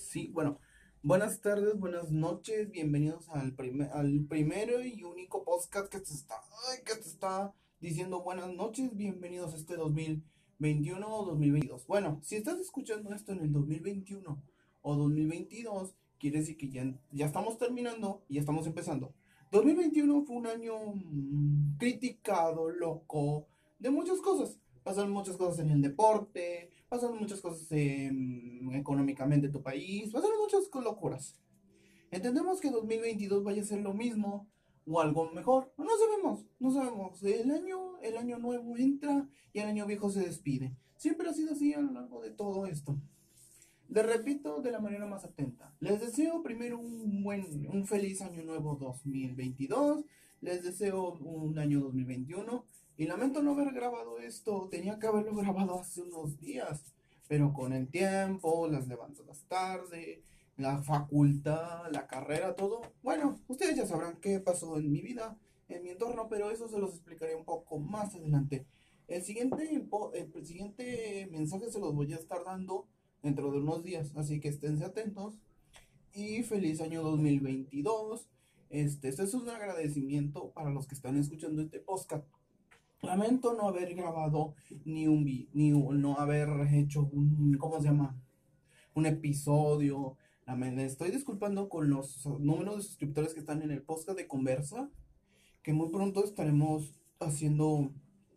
Sí, bueno, buenas tardes, buenas noches, bienvenidos al primero y único podcast que te está diciendo buenas noches, bienvenidos a este 2021 o 2022. Bueno, si estás escuchando esto en el 2021 o 2022, quiere decir que ya estamos terminando y ya estamos empezando. 2021 fue un año criticado, loco, de muchas cosas. Pasaron muchas cosas en el deporte, pasaron muchas cosas económicamente en tu país, pasaron muchas locuras. Entendemos que 2022 vaya a ser lo mismo o algo mejor. No sabemos, no sabemos. El año nuevo entra y el año viejo se despide. Siempre ha sido así a lo largo de todo esto. Les repito de la manera más atenta. Les deseo primero un feliz año nuevo 2022. Les deseo un año 2021. Y lamento no haber grabado esto. Tenía que haberlo grabado hace unos días. Pero con el tiempo, las levantadas tarde, la facultad, la carrera, todo. Bueno, ustedes ya sabrán qué pasó en mi vida, en mi entorno, pero eso se los explicaré un poco más adelante. El siguiente mensaje se los voy a estar dando dentro de unos días, así que esténse atentos y feliz año 2022. Este es un agradecimiento para los que están escuchando este podcast. Lamento no haber grabado no haber hecho ¿cómo se llama? Un episodio. Me estoy disculpando con los números de suscriptores que están en el podcast de Conversa, que muy pronto estaremos haciendo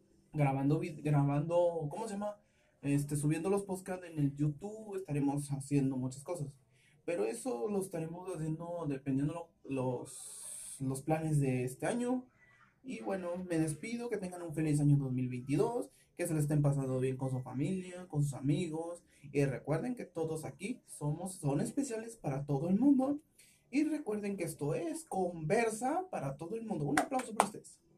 grabando, ¿cómo se llama? Subiendo los podcasts en el YouTube, estaremos haciendo muchas cosas. Pero eso lo estaremos haciendo dependiendo los planes de este año. Y bueno, me despido, que tengan un feliz año 2022, que se le estén pasando bien con su familia, con sus amigos. Y recuerden que todos aquí son especiales para todo el mundo. Y recuerden que esto es Conversa para todo el mundo. Un aplauso para ustedes.